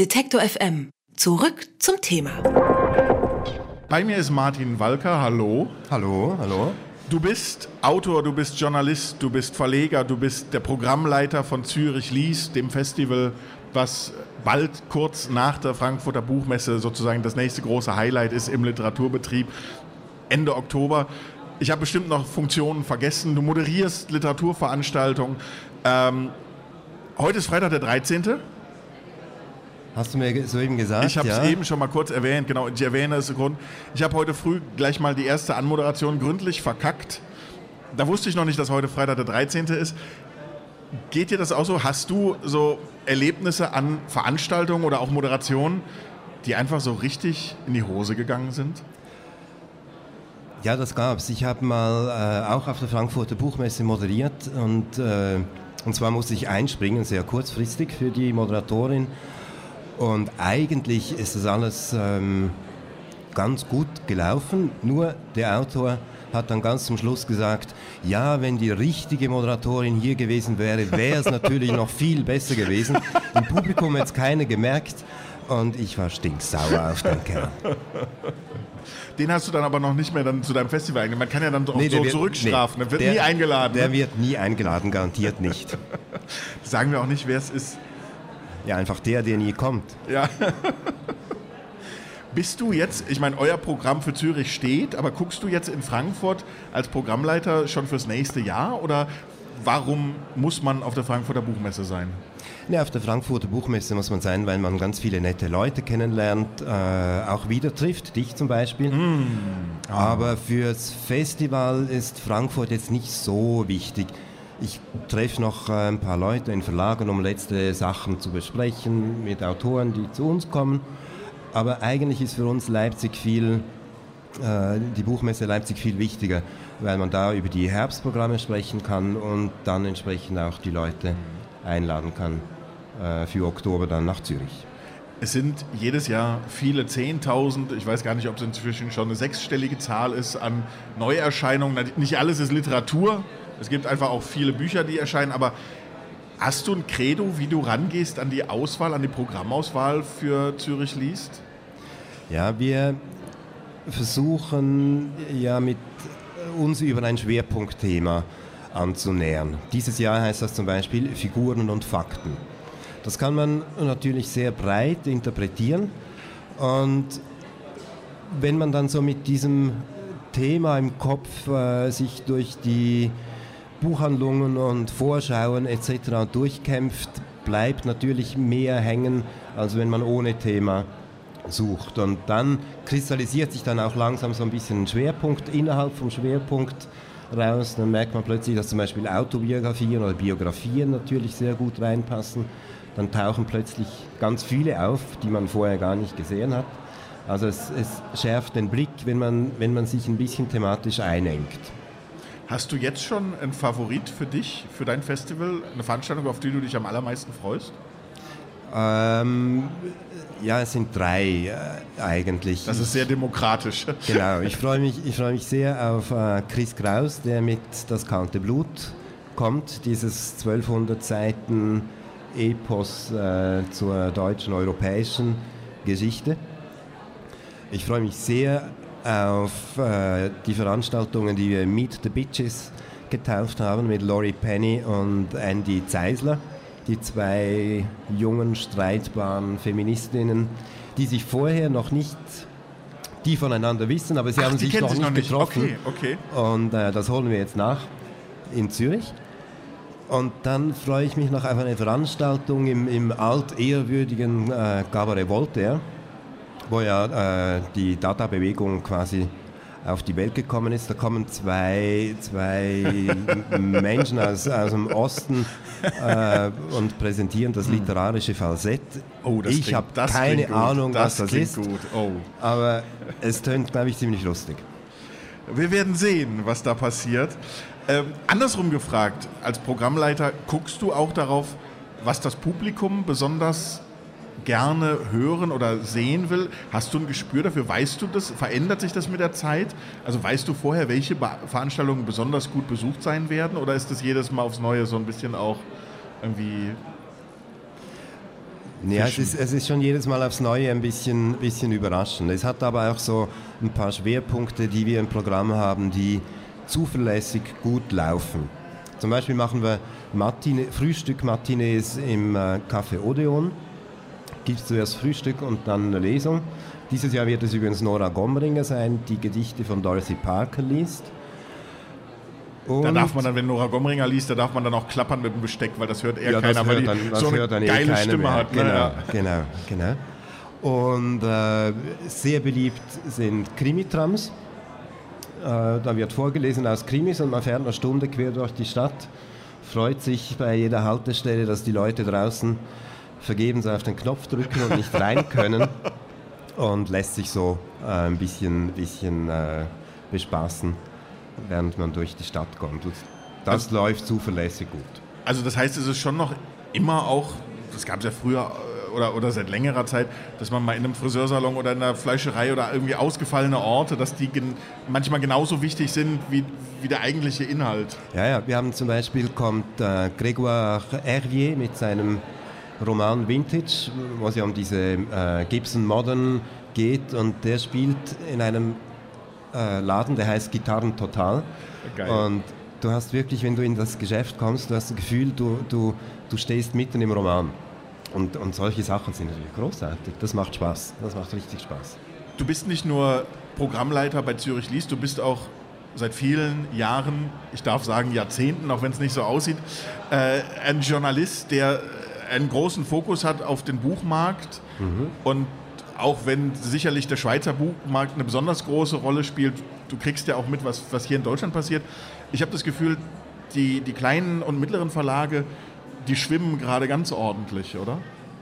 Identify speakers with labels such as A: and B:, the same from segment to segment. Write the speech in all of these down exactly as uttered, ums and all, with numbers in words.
A: Detektor F M. Zurück zum Thema.
B: Bei mir ist Martin Walker. Hallo.
C: Hallo, hallo.
B: Du bist Autor, du bist Journalist, du bist Verleger, du bist der Programmleiter von Zürich liest, dem Festival, was bald kurz nach der Frankfurter Buchmesse sozusagen das nächste große Highlight ist im Literaturbetrieb, Ende Oktober. Ich habe bestimmt noch Funktionen vergessen. Du moderierst Literaturveranstaltungen. Ähm, heute ist Freitag der dreizehnte
C: Hast du mir soeben gesagt?
B: Ich habe es
C: ja?
B: eben schon mal kurz erwähnt. Genau, ich erwähne es im Grund. Ich habe heute früh gleich mal die erste Anmoderation gründlich verkackt. Da wusste ich noch nicht, dass heute Freitag der dreizehnte ist. Geht dir das auch so? Hast du so Erlebnisse an Veranstaltungen oder auch Moderationen, die einfach so richtig in die Hose gegangen sind?
C: Ja, das gab's. Ich habe mal äh, auch auf der Frankfurter Buchmesse moderiert und, äh, und zwar musste ich einspringen, sehr kurzfristig für die Moderatorin. Und eigentlich ist das alles ähm, ganz gut gelaufen, nur der Autor hat dann ganz zum Schluss gesagt, ja, wenn die richtige Moderatorin hier gewesen wäre, wäre es natürlich noch viel besser gewesen. Im Publikum hat es keiner gemerkt und ich war stinksauer auf den Kerl.
B: Den hast du dann aber noch nicht mehr dann zu deinem Festival eingeladen. Man kann ja dann auch
C: nee,
B: so
C: wird,
B: zurückstrafen.
C: Nee,
B: der wird
C: der,
B: nie eingeladen.
C: Der
B: ne?
C: wird nie eingeladen, garantiert nicht.
B: Sagen wir auch nicht, wer es ist.
C: Ja, einfach der, der nie kommt.
B: Ja. Bist du jetzt, ich meine, euer Programm für Zürich steht, aber guckst du jetzt in Frankfurt als Programmleiter schon fürs nächste Jahr oder warum muss man auf der Frankfurter Buchmesse sein?
C: Ja, auf der Frankfurter Buchmesse muss man sein, weil man ganz viele nette Leute kennenlernt, äh, auch wieder trifft, dich zum Beispiel. Mm. Ah. Aber fürs Festival ist Frankfurt jetzt nicht so wichtig. Ich treffe noch äh, ein paar Leute in Verlagen, um letzte Sachen zu besprechen mit Autoren, die zu uns kommen. Aber eigentlich ist für uns Leipzig viel, äh, die Buchmesse Leipzig viel wichtiger, weil man da über die Herbstprogramme sprechen kann und dann entsprechend auch die Leute einladen kann äh, für Oktober dann nach Zürich.
B: Es sind jedes Jahr viele Zehntausend, ich weiß gar nicht, ob es inzwischen schon eine sechsstellige Zahl ist, an Neuerscheinungen. Nicht alles ist Literatur, es gibt einfach auch viele Bücher, die erscheinen, aber hast du ein Credo, wie du rangehst an die Auswahl, an die Programmauswahl für Zürich liest?
C: Ja, wir versuchen ja mit uns über ein Schwerpunktthema anzunähern. Dieses Jahr heißt das zum Beispiel Figuren und Fakten. Das kann man natürlich sehr breit interpretieren und wenn man dann so mit diesem Thema im Kopf äh, sich durch die Buchhandlungen und Vorschauen et cetera durchkämpft, bleibt natürlich mehr hängen, als wenn man ohne Thema sucht. Und dann kristallisiert sich dann auch langsam so ein bisschen ein Schwerpunkt innerhalb vom Schwerpunkt raus. Dann merkt man plötzlich, dass zum Beispiel Autobiografien oder Biografien natürlich sehr gut reinpassen. Dann tauchen plötzlich ganz viele auf, die man vorher gar nicht gesehen hat. Also es, es schärft den Blick, wenn man, wenn man sich ein bisschen thematisch einengt.
B: Hast du jetzt schon einen Favorit für dich, für dein Festival? Eine Veranstaltung, auf die du dich am allermeisten freust?
C: Ähm, ja, es sind drei äh, eigentlich.
B: Das ist sehr demokratisch.
C: Genau, ich freue mich, ich freue mich sehr auf äh, Chris Kraus, der mit Das kalte Blut kommt, dieses zwölfhundert Seiten Epos äh, zur deutschen, europäischen Geschichte. Ich freue mich sehr auf äh, die Veranstaltungen, die wir Meet the Bitches getauft haben mit Laurie Penny und Andy Zeisler, die zwei jungen, streitbaren Feministinnen, die sich vorher noch nicht, die voneinander wissen, aber sie
B: Ach,
C: haben sich noch nicht, noch nicht getroffen.
B: Okay, okay.
C: Und äh, das holen wir jetzt nach in Zürich. Und dann freue ich mich noch auf eine Veranstaltung im, im altehrwürdigen äh, Cabaret Voltaire, wo ja äh, die Dada-Bewegung quasi auf die Welt gekommen ist. Da kommen zwei, zwei Menschen aus, aus dem Osten äh, und präsentieren das literarische Falsett.
B: Oh, das
C: ich habe keine Ahnung, das was das ist,
B: gut. Oh.
C: aber es tönt, glaube ich, ziemlich lustig.
B: Wir werden sehen, was da passiert. Ähm, andersrum gefragt, als Programmleiter, guckst du auch darauf, was das Publikum besonders gerne hören oder sehen will? Hast du ein Gespür dafür? Weißt du das? Verändert sich das mit der Zeit? Also weißt du vorher, welche Be- Veranstaltungen besonders gut besucht sein werden? Oder ist das jedes Mal aufs Neue so ein bisschen auch irgendwie...
C: Ja, es ist, es ist schon jedes Mal aufs Neue ein bisschen, bisschen überraschend. Es hat aber auch so ein paar Schwerpunkte, die wir im Programm haben, die zuverlässig gut laufen. Zum Beispiel machen wir Matine, Frühstück-Matinees im äh, Café Odeon. Gibt es zuerst Frühstück und dann eine Lesung. Dieses Jahr wird es übrigens Nora Gomringer sein, die Gedichte von Dorothy Parker liest. Und
B: da darf man dann, wenn Nora Gomringer liest, da darf man dann auch klappern mit dem Besteck, weil das hört eher
C: ja,
B: keiner,
C: weil die dann, so eine
B: geile
C: eh
B: Stimme
C: mehr.
B: hat.
C: Genau,
B: Ne? Ja.
C: genau, genau. Und äh, sehr beliebt sind Krimitrams. Äh, da wird vorgelesen aus Krimis und man fährt eine Stunde quer durch die Stadt, freut sich bei jeder Haltestelle, dass die Leute draußen vergebens auf den Knopf drücken und nicht rein können und lässt sich so äh, ein bisschen, bisschen äh, bespaßen, während man durch die Stadt kommt. Und das also, läuft zuverlässig gut.
B: Also das heißt, es ist schon noch immer auch, das gab es ja früher oder, oder seit längerer Zeit, dass man mal in einem Friseursalon oder in einer Fleischerei oder irgendwie ausgefallene Orte, dass die gen- manchmal genauso wichtig sind wie, wie der eigentliche Inhalt.
C: Ja, ja, wir haben zum Beispiel, kommt äh, Grégoire Hervier mit seinem Roman Vintage, wo es ja um diese äh, Gibson Modern geht, und der spielt in einem äh, Laden, der heißt Gitarren Total. Geil. Und du hast wirklich, wenn du in das Geschäft kommst, du hast das Gefühl, du, du, du stehst mitten im Roman. Und, und solche Sachen sind natürlich großartig. Das macht Spaß. Das macht richtig Spaß.
B: Du bist nicht nur Programmleiter bei Zürich liest, du bist auch seit vielen Jahren, ich darf sagen Jahrzehnten, auch wenn es nicht so aussieht, äh, ein Journalist, der einen großen Fokus hat auf den Buchmarkt. Mhm. Und auch wenn sicherlich der Schweizer Buchmarkt eine besonders große Rolle spielt, du kriegst ja auch mit, was, was hier in Deutschland passiert. Ich habe das Gefühl, die, die kleinen und mittleren Verlage, die schwimmen gerade ganz ordentlich, oder?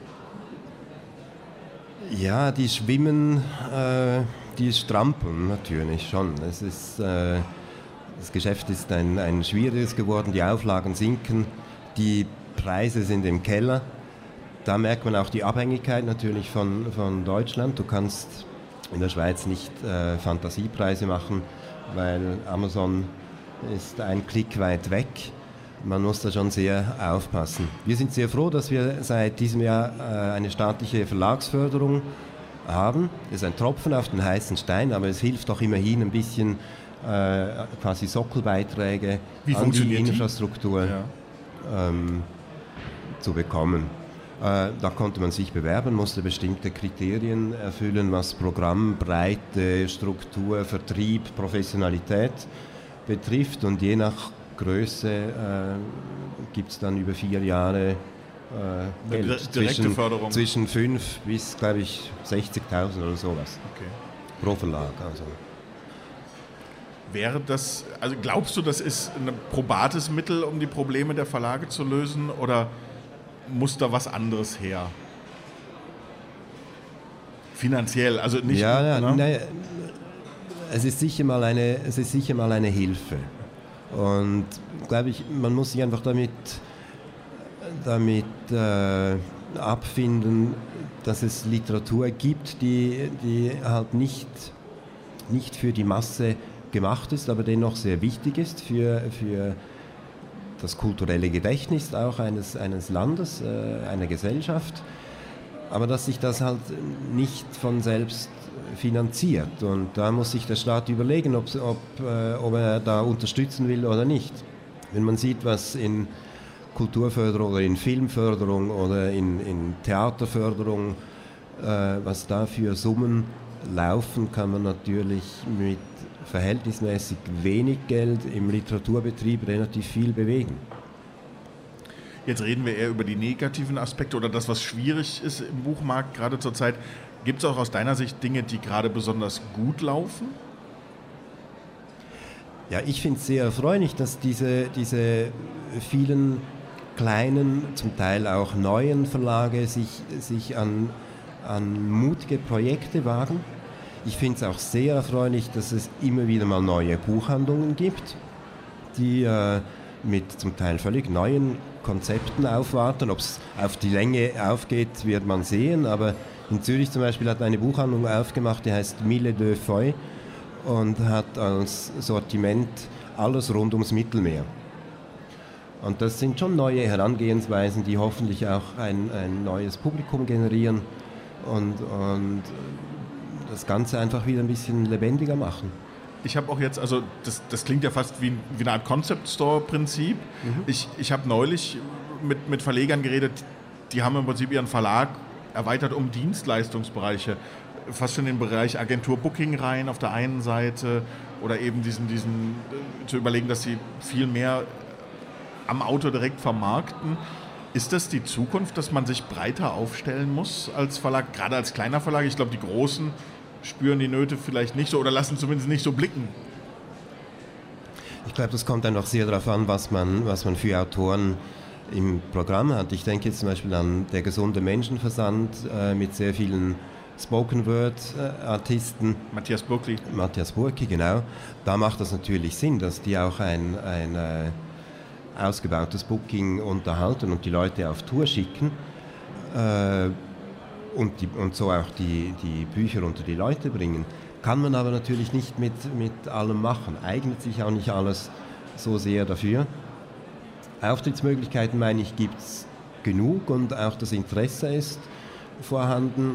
C: Ja, die schwimmen, äh, die strampeln natürlich schon. Es ist, äh, das Geschäft ist ein, ein schwieriges geworden, die Auflagen sinken, die Preise sind im Keller. Da merkt man auch die Abhängigkeit natürlich von, von Deutschland. Du kannst in der Schweiz nicht äh, Fantasiepreise machen, weil Amazon ist ein Klick weit weg. Man muss da schon sehr aufpassen. Wir sind sehr froh, dass wir seit diesem Jahr äh, eine staatliche Verlagsförderung haben. Das ist ein Tropfen auf den heißen Stein, aber es hilft doch immerhin ein bisschen äh, quasi Sockelbeiträge
B: Wie
C: an die Infrastruktur ja. ähm, zu bekommen. Äh, da konnte man sich bewerben, musste bestimmte Kriterien erfüllen, was Programm, Breite, Struktur, Vertrieb, Professionalität betrifft, und je nach Größe äh, gibt es dann über vier Jahre äh, Geld.
B: Direkte
C: zwischen,
B: Förderung.
C: Zwischen fünf bis, glaube ich, sechzigtausend oder sowas.
B: Okay.
C: Pro Verlag. Also.
B: Wäre das, also glaubst du, das ist ein probates Mittel, um die Probleme der Verlage zu lösen, oder muss da was anderes her? Finanziell, also nicht...
C: Ja, ja
B: ne?
C: nein, es ist sicher mal eine, es ist sicher mal eine Hilfe. Und glaube ich, man muss sich einfach damit, damit äh, abfinden, dass es Literatur gibt, die, die halt nicht, nicht für die Masse gemacht ist, aber dennoch sehr wichtig ist für, für das kulturelle Gedächtnis auch eines, eines Landes, äh, einer Gesellschaft. Aber dass sich das halt nicht von selbst finanziert. Und da muss sich der Staat überlegen, ob, ob, äh, ob er da unterstützen will oder nicht. Wenn man sieht, was in Kulturförderung oder in Filmförderung oder in, in Theaterförderung, äh, was da für Summen laufen, kann man natürlich mit verhältnismäßig wenig Geld im Literaturbetrieb relativ viel bewegen.
B: Jetzt reden wir eher über die negativen Aspekte oder das, was schwierig ist im Buchmarkt gerade zur Zeit. Gibt es auch aus deiner Sicht Dinge, die gerade besonders gut laufen?
C: Ja, ich finde es sehr erfreulich, dass diese, diese vielen kleinen, zum Teil auch neuen Verlage sich, sich an, an mutige Projekte wagen. Ich finde es auch sehr erfreulich, dass es immer wieder mal neue Buchhandlungen gibt, die äh, mit zum Teil völlig neuen Konzepten aufwarten. Ob es auf die Länge aufgeht, wird man sehen, aber in Zürich zum Beispiel hat eine Buchhandlung aufgemacht, die heißt Mille de Feuilles und hat als Sortiment alles rund ums Mittelmeer. Und das sind schon neue Herangehensweisen, die hoffentlich auch ein, ein neues Publikum generieren und, und das Ganze einfach wieder ein bisschen lebendiger machen.
B: Ich habe auch jetzt, also das, das klingt ja fast wie, wie eine Art Concept-Store-Prinzip. Mhm. Ich, ich habe neulich mit, mit Verlegern geredet, die haben im Prinzip ihren Verlag erweitert um Dienstleistungsbereiche. Fast schon in den Bereich Agentur-Booking rein auf der einen Seite oder eben diesen, diesen zu überlegen, dass sie viel mehr am Autor direkt vermarkten. Ist das die Zukunft, dass man sich breiter aufstellen muss als Verlag, gerade als kleiner Verlag? Ich glaube, die Großen spüren die Nöte vielleicht nicht so oder lassen zumindest nicht so blicken.
C: Ich glaube, das kommt einfach sehr darauf an, was man, was man für Autoren im Programm hat. Ich denke jetzt zum Beispiel an Der gesunde Menschenversand äh, mit sehr vielen Spoken-Word-Artisten.
B: Matthias Burki.
C: Matthias Burki, genau. Da macht das natürlich Sinn, dass die auch ein, ein äh, ausgebautes Booking unterhalten und die Leute auf Tour schicken äh, und, die, und so auch die, die Bücher unter die Leute bringen. Kann man aber natürlich nicht mit, mit allem machen. Eignet sich auch nicht alles so sehr dafür. Auftrittsmöglichkeiten, meine ich, gibt es genug und auch das Interesse ist vorhanden.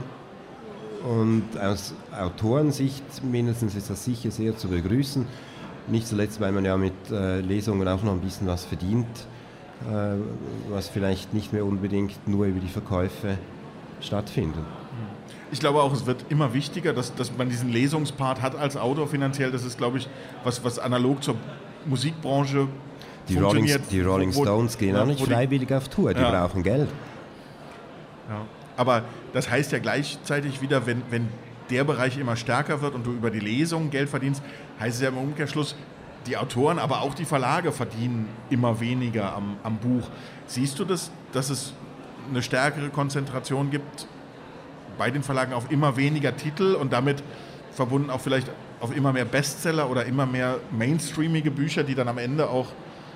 C: Und aus Autorensicht mindestens ist das sicher sehr zu begrüßen. Nicht zuletzt, weil man ja mit äh, Lesungen auch noch ein bisschen was verdient, äh, was vielleicht nicht mehr unbedingt nur über die Verkäufe stattfindet.
B: Ich glaube auch, es wird immer wichtiger, dass, dass man diesen Lesungspart hat als Autor finanziell. Das ist, glaube ich, was, was analog zur Musikbranche
C: die funktioniert. Rolling, die Rolling
B: wo,
C: Stones gehen ja, auch nicht freiwillig die, auf Tour, die ja. brauchen Geld.
B: Ja. Aber das heißt ja gleichzeitig wieder, wenn, wenn der Bereich immer stärker wird und du über die Lesung Geld verdienst, heißt es ja im Umkehrschluss, die Autoren, aber auch die Verlage verdienen immer weniger am, am Buch. Siehst du das, dass es eine stärkere Konzentration gibt bei den Verlagen auf immer weniger Titel und damit verbunden auch vielleicht auf immer mehr Bestseller oder immer mehr mainstreamige Bücher, die dann am Ende auch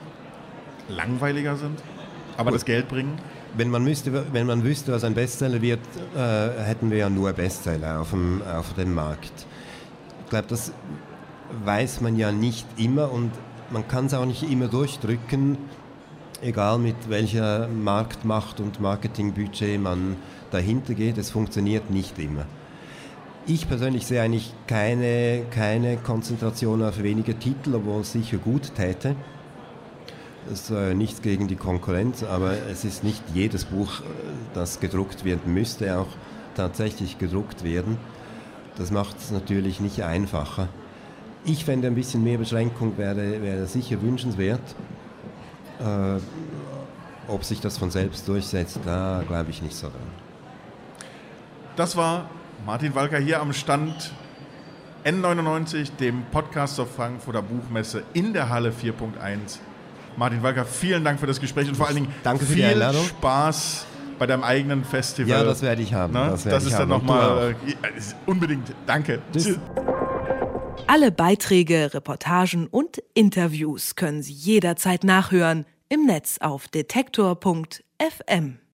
B: langweiliger sind, aber Gut. das Geld bringen?
C: Wenn man, müsste, wenn man wüsste, was ein Bestseller wird, äh, hätten wir ja nur Bestseller auf dem, auf dem Markt. Ich glaube, das weiß man ja nicht immer und man kann es auch nicht immer durchdrücken, egal mit welcher Marktmacht und Marketingbudget man dahinter geht, es funktioniert nicht immer. Ich persönlich sehe eigentlich keine, keine Konzentration auf wenige Titel, obwohl es sicher gut täte. Das ist äh, nichts gegen die Konkurrenz, aber es ist nicht jedes Buch, das gedruckt werden müsste, auch tatsächlich gedruckt werden. Das macht es natürlich nicht einfacher. Ich fände, ein bisschen mehr Beschränkung wäre, wäre sicher wünschenswert. Äh, ob sich das von selbst durchsetzt, da glaube ich nicht so dran.
B: Das war Martin Walker hier am Stand N neunundneunzig, dem Podcast zur Frankfurter Buchmesse in der Halle vier Punkt eins. Martin Walker, vielen Dank für das Gespräch und vor allen Dingen
C: Danke für
B: viel
C: die Einladung.
B: Spaß bei deinem eigenen Festival.
C: Ja, das werde ich haben.
B: Ne? Das, das ist dann nochmal äh, unbedingt. Danke. Tschüss.
A: Alle Beiträge, Reportagen und Interviews können Sie jederzeit nachhören im Netz auf detektor Punkt f m.